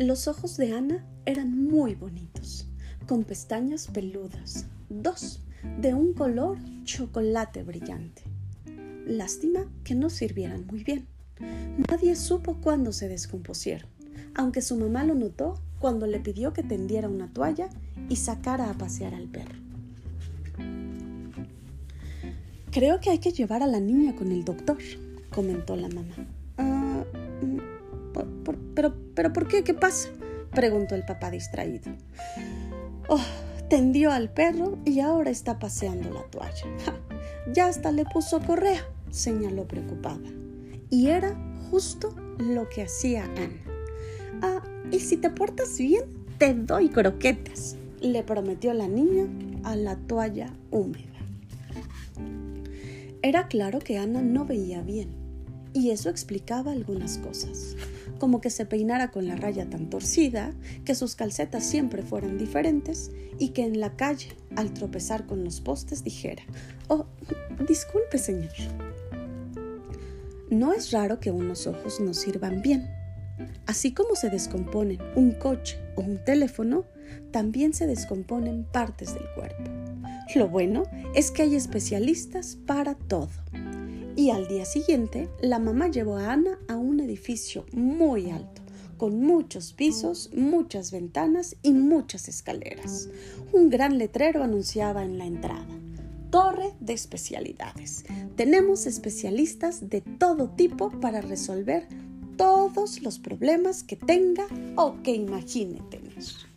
Los ojos de Ana eran muy bonitos, con pestañas peludas, dos, de un color chocolate brillante. Lástima que no sirvieran muy bien. Nadie supo cuándo se descompusieron, aunque su mamá lo notó cuando le pidió que tendiera una toalla y sacara a pasear al perro. «Creo que hay que llevar a la niña con el doctor», comentó la mamá. ¿Pero por qué? ¿Qué pasa?», preguntó el papá distraído. Tendió al perro y ahora está paseando la toalla. Ya hasta le puso correa, señaló preocupada. Y era justo lo que hacía Ana. Y si te portas bien, te doy croquetas, le prometió la niña a la toalla húmeda. Era claro que Ana no veía bien, y eso explicaba algunas cosas, como que se peinara con la raya tan torcida, que sus calcetas siempre fueran diferentes y que en la calle, al tropezar con los postes, dijera: disculpe, señor. No es raro que unos ojos no sirvan bien. Así como se descomponen un coche o un teléfono, también se descomponen partes del cuerpo. Lo bueno es que hay especialistas para todo. Y al día siguiente, la mamá llevó a Ana a un edificio muy alto, con muchos pisos, muchas ventanas y muchas escaleras. Un gran letrero anunciaba en la entrada: Torre de especialidades. Tenemos especialistas de todo tipo para resolver todos los problemas que tenga o que imagine tener.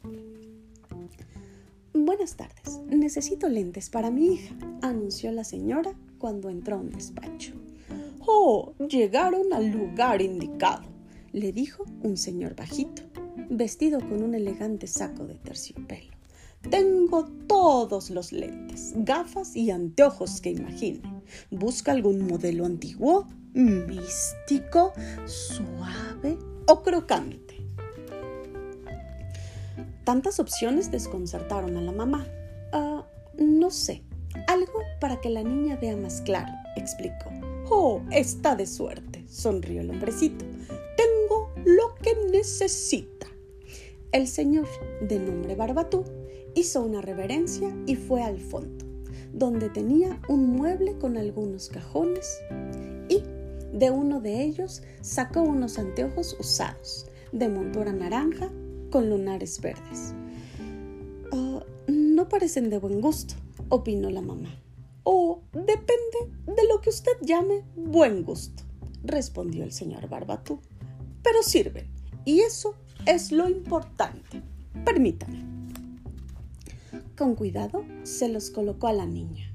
Buenas tardes, necesito lentes para mi hija, anunció la señora cuando entró a un despacho. Llegaron al lugar indicado, le dijo un señor bajito, vestido con un elegante saco de terciopelo. Tengo todos los lentes, gafas y anteojos que imagine. ¿Busca algún modelo antiguo, místico, suave o crocante? Tantas opciones desconcertaron a la mamá. No sé, algo para que la niña vea más claro, explicó. Está de suerte, sonrió el hombrecito. Tengo lo que necesita. El señor, de nombre Barbatú, hizo una reverencia y fue al fondo, donde tenía un mueble con algunos cajones, y de uno de ellos sacó unos anteojos usados, de montura naranja, con lunares verdes. No parecen de buen gusto, opinó la mamá. Depende de lo que usted llame buen gusto, respondió el señor Barbatú. Pero sirven, y eso es lo importante. Permítame. Con cuidado se los colocó a la niña.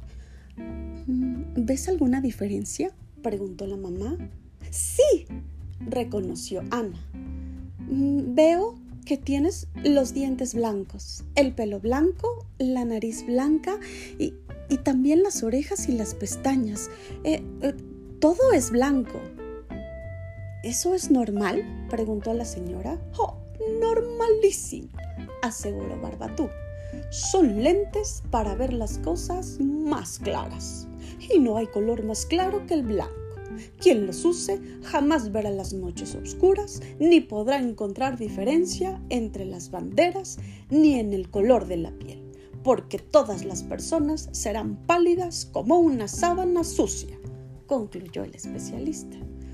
¿Ves alguna diferencia?, preguntó la mamá. Sí, reconoció Ana. Veo que tienes los dientes blancos, el pelo blanco, la nariz blanca y también las orejas y las pestañas. Todo es blanco. ¿Eso es normal?, preguntó la señora. Normalísimo, aseguró Barbatú. Son lentes para ver las cosas más claras. Y no hay color más claro que el blanco. Quien los use jamás verá las noches oscuras, ni podrá encontrar diferencia entre las banderas, ni en el color de la piel, porque todas las personas serán pálidas como una sábana sucia, concluyó el especialista.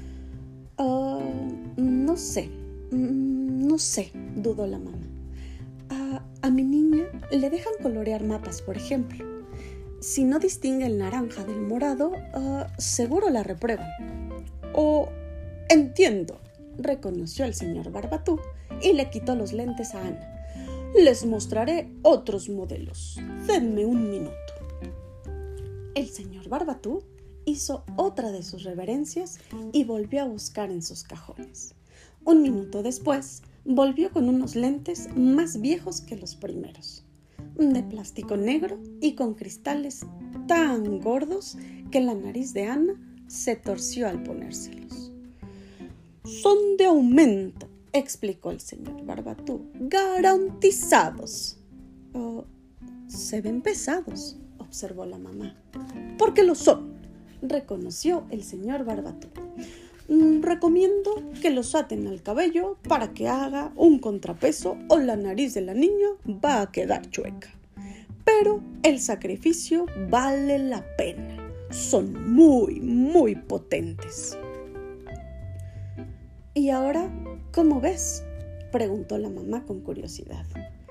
No sé, dudó la mamá. A mi niña le dejan colorear mapas, por ejemplo. Si no distingue el naranja del morado, seguro la reprueban. Entiendo, reconoció el señor Barbatú y le quitó los lentes a Ana. Les mostraré otros modelos. Denme un minuto. El señor Barbatú hizo otra de sus reverencias y volvió a buscar en sus cajones. Un minuto después, volvió con unos lentes más viejos que los primeros, de plástico negro y con cristales tan gordos que la nariz de Ana se torció al ponérselos. Son de aumento, explicó el señor Barbatú. Garantizados. Se ven pesados, observó la mamá. Porque lo son, reconoció el señor Barbatú. Recomiendo que los aten al cabello para que haga un contrapeso o la nariz de la niña va a quedar chueca. Pero el sacrificio vale la pena. Son muy, muy potentes. ¿Y ahora cómo ves?, preguntó la mamá con curiosidad.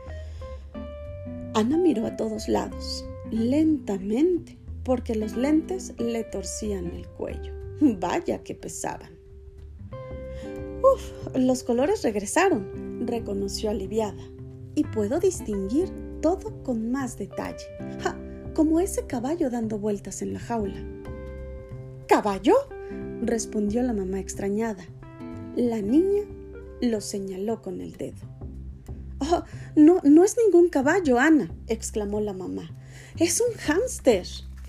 Ana miró a todos lados, lentamente, porque los lentes le torcían el cuello. Vaya que pesaban. Los colores regresaron, reconoció aliviada, y puedo distinguir todo con más detalle. Como ese caballo dando vueltas en la jaula. ¿Caballo?, respondió la mamá extrañada. La niña lo señaló con el dedo. No es ningún caballo, Ana, exclamó la mamá. Es un hámster.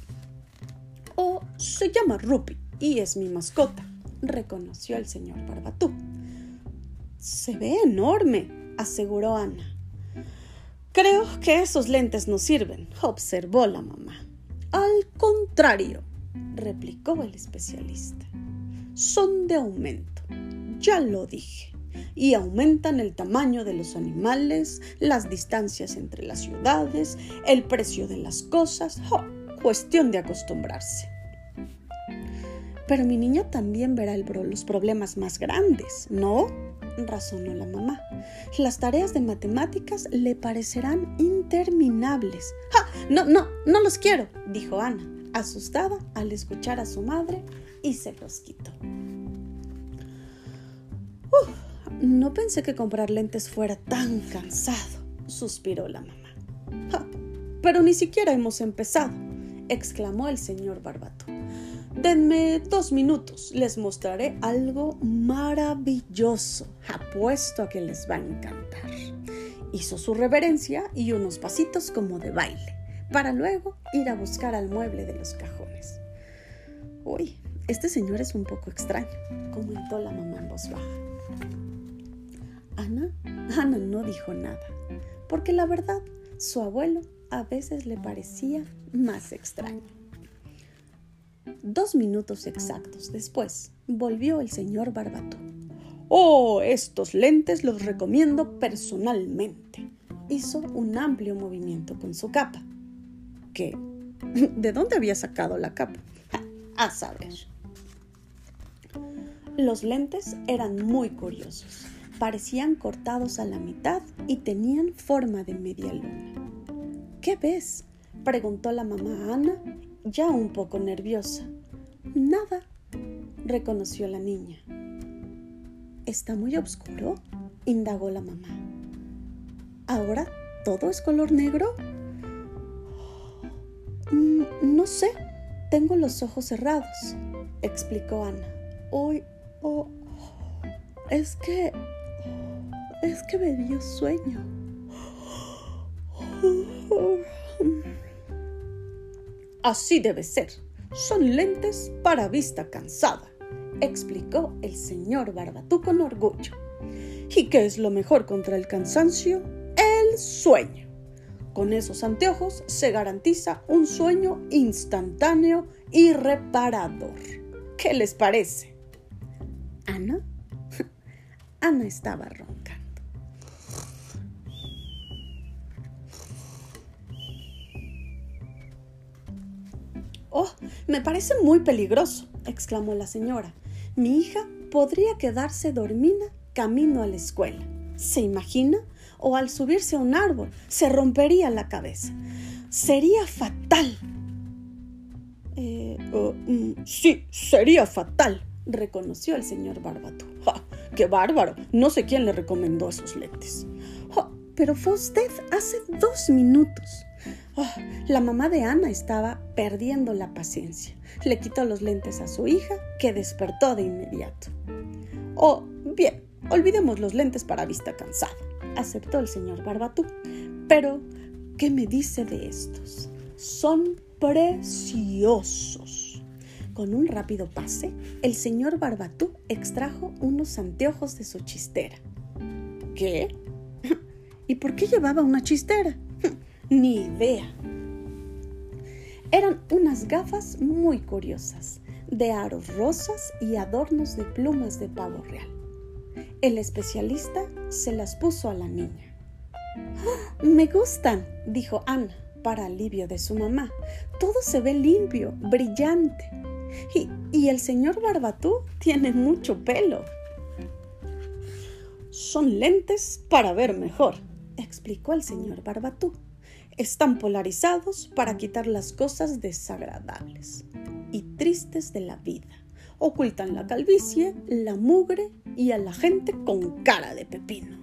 Se llama Rupi y es mi mascota, reconoció el señor Barbatú. Se ve enorme, aseguró Ana. Creo que esos lentes no sirven, observó la mamá. Al contrario, replicó el especialista. Son de aumento, ya lo dije, y aumentan el tamaño de los animales, las distancias entre las ciudades, el precio de las cosas. Cuestión de acostumbrarse. Pero mi niña también verá los problemas más grandes, ¿no?, razonó la mamá. Las tareas de matemáticas le parecerán interminables. No los quiero, dijo Ana, asustada al escuchar a su madre, y se los quitó. No pensé que comprar lentes fuera tan cansado, suspiró la mamá. Pero ni siquiera hemos empezado, exclamó el señor Barbatú. Denme 2 minutos, les mostraré algo maravilloso. Apuesto a que les va a encantar. Hizo su reverencia y unos pasitos como de baile, para luego ir a buscar al mueble de los cajones. Uy, este señor es un poco extraño, comentó la mamá en voz baja. Ana no dijo nada, porque la verdad, su abuelo a veces le parecía más extraño. 2 minutos exactos después, volvió el señor Barbatú. Estos lentes los recomiendo personalmente. Hizo un amplio movimiento con su capa. ¿Qué? ¿De dónde había sacado la capa? A saber. Los lentes eran muy curiosos. Parecían cortados a la mitad y tenían forma de media luna. ¿Qué ves?, preguntó la mamá a Ana, ya un poco nerviosa. Nada, reconoció la niña. ¿Está muy oscuro?, indagó la mamá. ¿Ahora todo es color negro? No sé, tengo los ojos cerrados, explicó Ana. Es que me dio sueño. Así debe ser. Son lentes para vista cansada, explicó el señor Barbatú con orgullo. ¿Y qué es lo mejor contra el cansancio? El sueño. Con esos anteojos se garantiza un sueño instantáneo y reparador. ¿Qué les parece? Ana estaba roncando. Me parece muy peligroso, exclamó la señora. Mi hija podría quedarse dormida camino a la escuela. ¿Se imagina? O al subirse a un árbol se rompería la cabeza. Sería fatal. Sí, sería fatal, reconoció el señor Barbatú. ¡Qué bárbaro! No sé quién le recomendó esos lentes. Pero fue usted hace 2 minutos. La mamá de Ana estaba perdiendo la paciencia. Le quitó los lentes a su hija, que despertó de inmediato. Bien, olvidemos los lentes para vista cansada, aceptó el señor Barbatú. Pero, ¿qué me dice de estos? Son preciosos. Con un rápido pase, el señor Barbatú extrajo unos anteojos de su chistera. ¿Qué? ¿Y por qué llevaba una chistera? Ni idea. Eran unas gafas muy curiosas, de aros rosas y adornos de plumas de pavo real. El especialista se las puso a la niña. ¡Oh, me gustan!, dijo Ana, para alivio de su mamá. Todo se ve limpio, brillante. Y el señor Barbatú tiene mucho pelo. Son lentes para ver mejor, explicó el señor Barbatú. Están polarizados para quitar las cosas desagradables y tristes de la vida. Ocultan la calvicie, la mugre y a la gente con cara de pepino.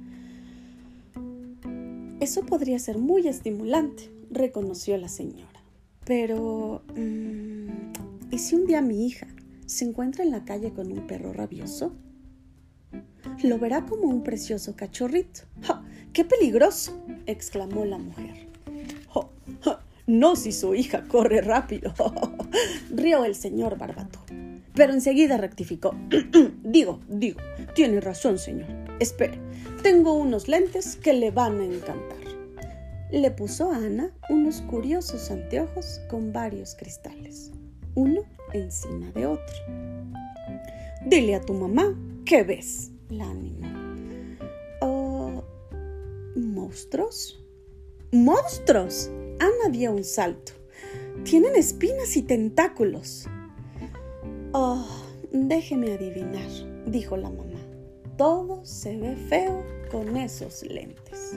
Eso podría ser muy estimulante, reconoció la señora. Pero, ¿y si un día mi hija se encuentra en la calle con un perro rabioso? Lo verá como un precioso cachorrito. ¡Ja! ¡Qué peligroso!, exclamó la mujer. ¡Oh! ¡Ja! No si su hija corre rápido, rió el señor Barbatú. Pero enseguida rectificó. Digo, tiene razón, señor. Espere, tengo unos lentes que le van a encantar. Le puso a Ana unos curiosos anteojos con varios cristales, uno encima de otro. Dile a tu mamá qué ves, la animó. Oh, ¿monstruos? ¡Monstruos! Ana dio un salto. Tienen espinas y tentáculos. Oh, déjeme adivinar, dijo la mamá. Todo se ve feo con esos lentes.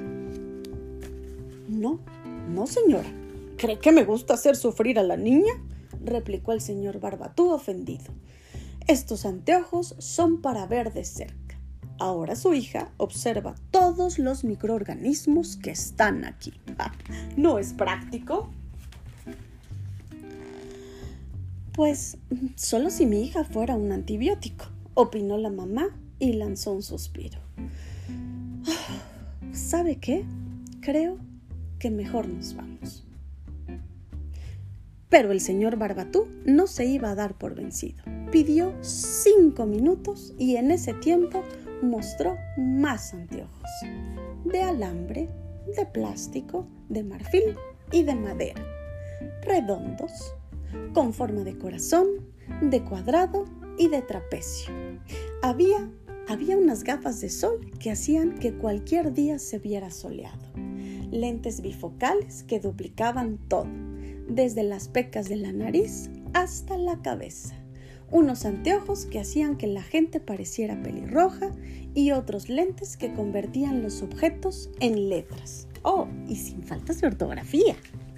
No, señora. ¿Cree que me gusta hacer sufrir a la niña?, replicó el señor Barbatú ofendido. Estos anteojos son para ver de cerca. Ahora su hija observa todos los microorganismos que están aquí. ¿No es práctico? Pues solo si mi hija fuera un antibiótico, opinó la mamá y lanzó un suspiro. ¿Sabe qué? Creo que mejor nos vamos. Pero el señor Barbatú no se iba a dar por vencido. Pidió 5 minutos y en ese tiempo mostró más anteojos. De alambre, de plástico, de marfil y de madera. Redondos, con forma de corazón, de cuadrado y de trapecio. Había unas gafas de sol que hacían que cualquier día se viera soleado. Lentes bifocales que duplicaban todo, desde las pecas de la nariz hasta la cabeza. Unos anteojos que hacían que la gente pareciera pelirroja y otros lentes que convertían los objetos en letras. Oh, y sin faltas de ortografía.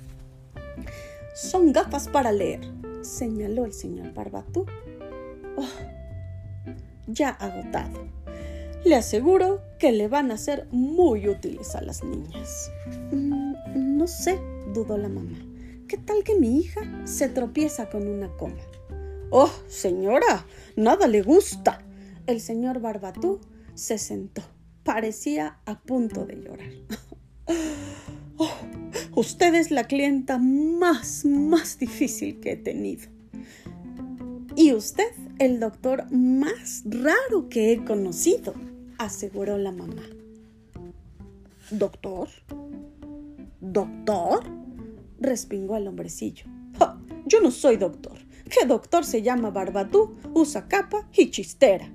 Son gafas para leer, señaló el señor Barbatú. Oh, ya agotado. Le aseguro que le van a ser muy útiles a las niñas. No sé, dudó la mamá. ¿Qué tal que mi hija se tropieza con una coma? Oh, señora, nada le gusta. El señor Barbatú se sentó. Parecía a punto de llorar. Oh, usted es la clienta más difícil que he tenido. Y usted, el doctor más raro que he conocido, aseguró la mamá. ¿Doctor? ¿Doctor?, respingó el hombrecillo. ¡Ja! Yo no soy doctor. ¿Qué doctor se llama Barbatú, usa capa y chistera?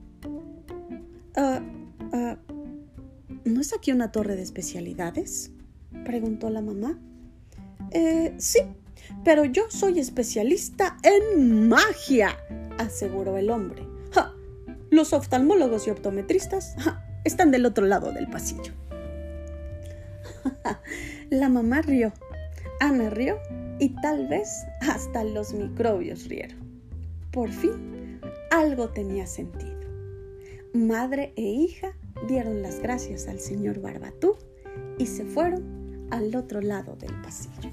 ¿No es aquí una torre de especialidades?, preguntó la mamá. Sí, pero yo soy especialista en magia, aseguró el hombre. ¡Ja! Los oftalmólogos y optometristas están del otro lado del pasillo. La mamá rió, Ana rió y tal vez hasta los microbios rieron. Por fin, algo tenía sentido. Madre e hija dieron las gracias al señor Barbatú y se fueron al otro lado del pasillo.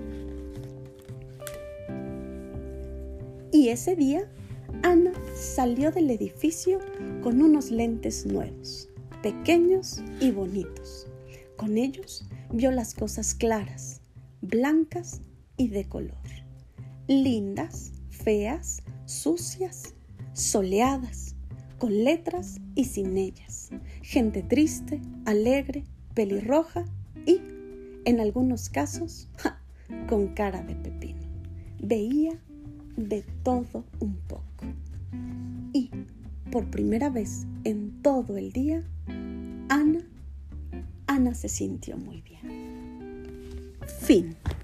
Y ese día, Ana salió del edificio con unos lentes nuevos, pequeños y bonitos. Con ellos vio las cosas claras, blancas y de color. Lindas, feas, sucias, soleadas, con letras y sin ellas. Gente triste, alegre, pelirroja y, en algunos casos, con cara de pepino. Veía de todo un poco. Y por primera vez en todo el día, Ana se sintió muy bien. Fin.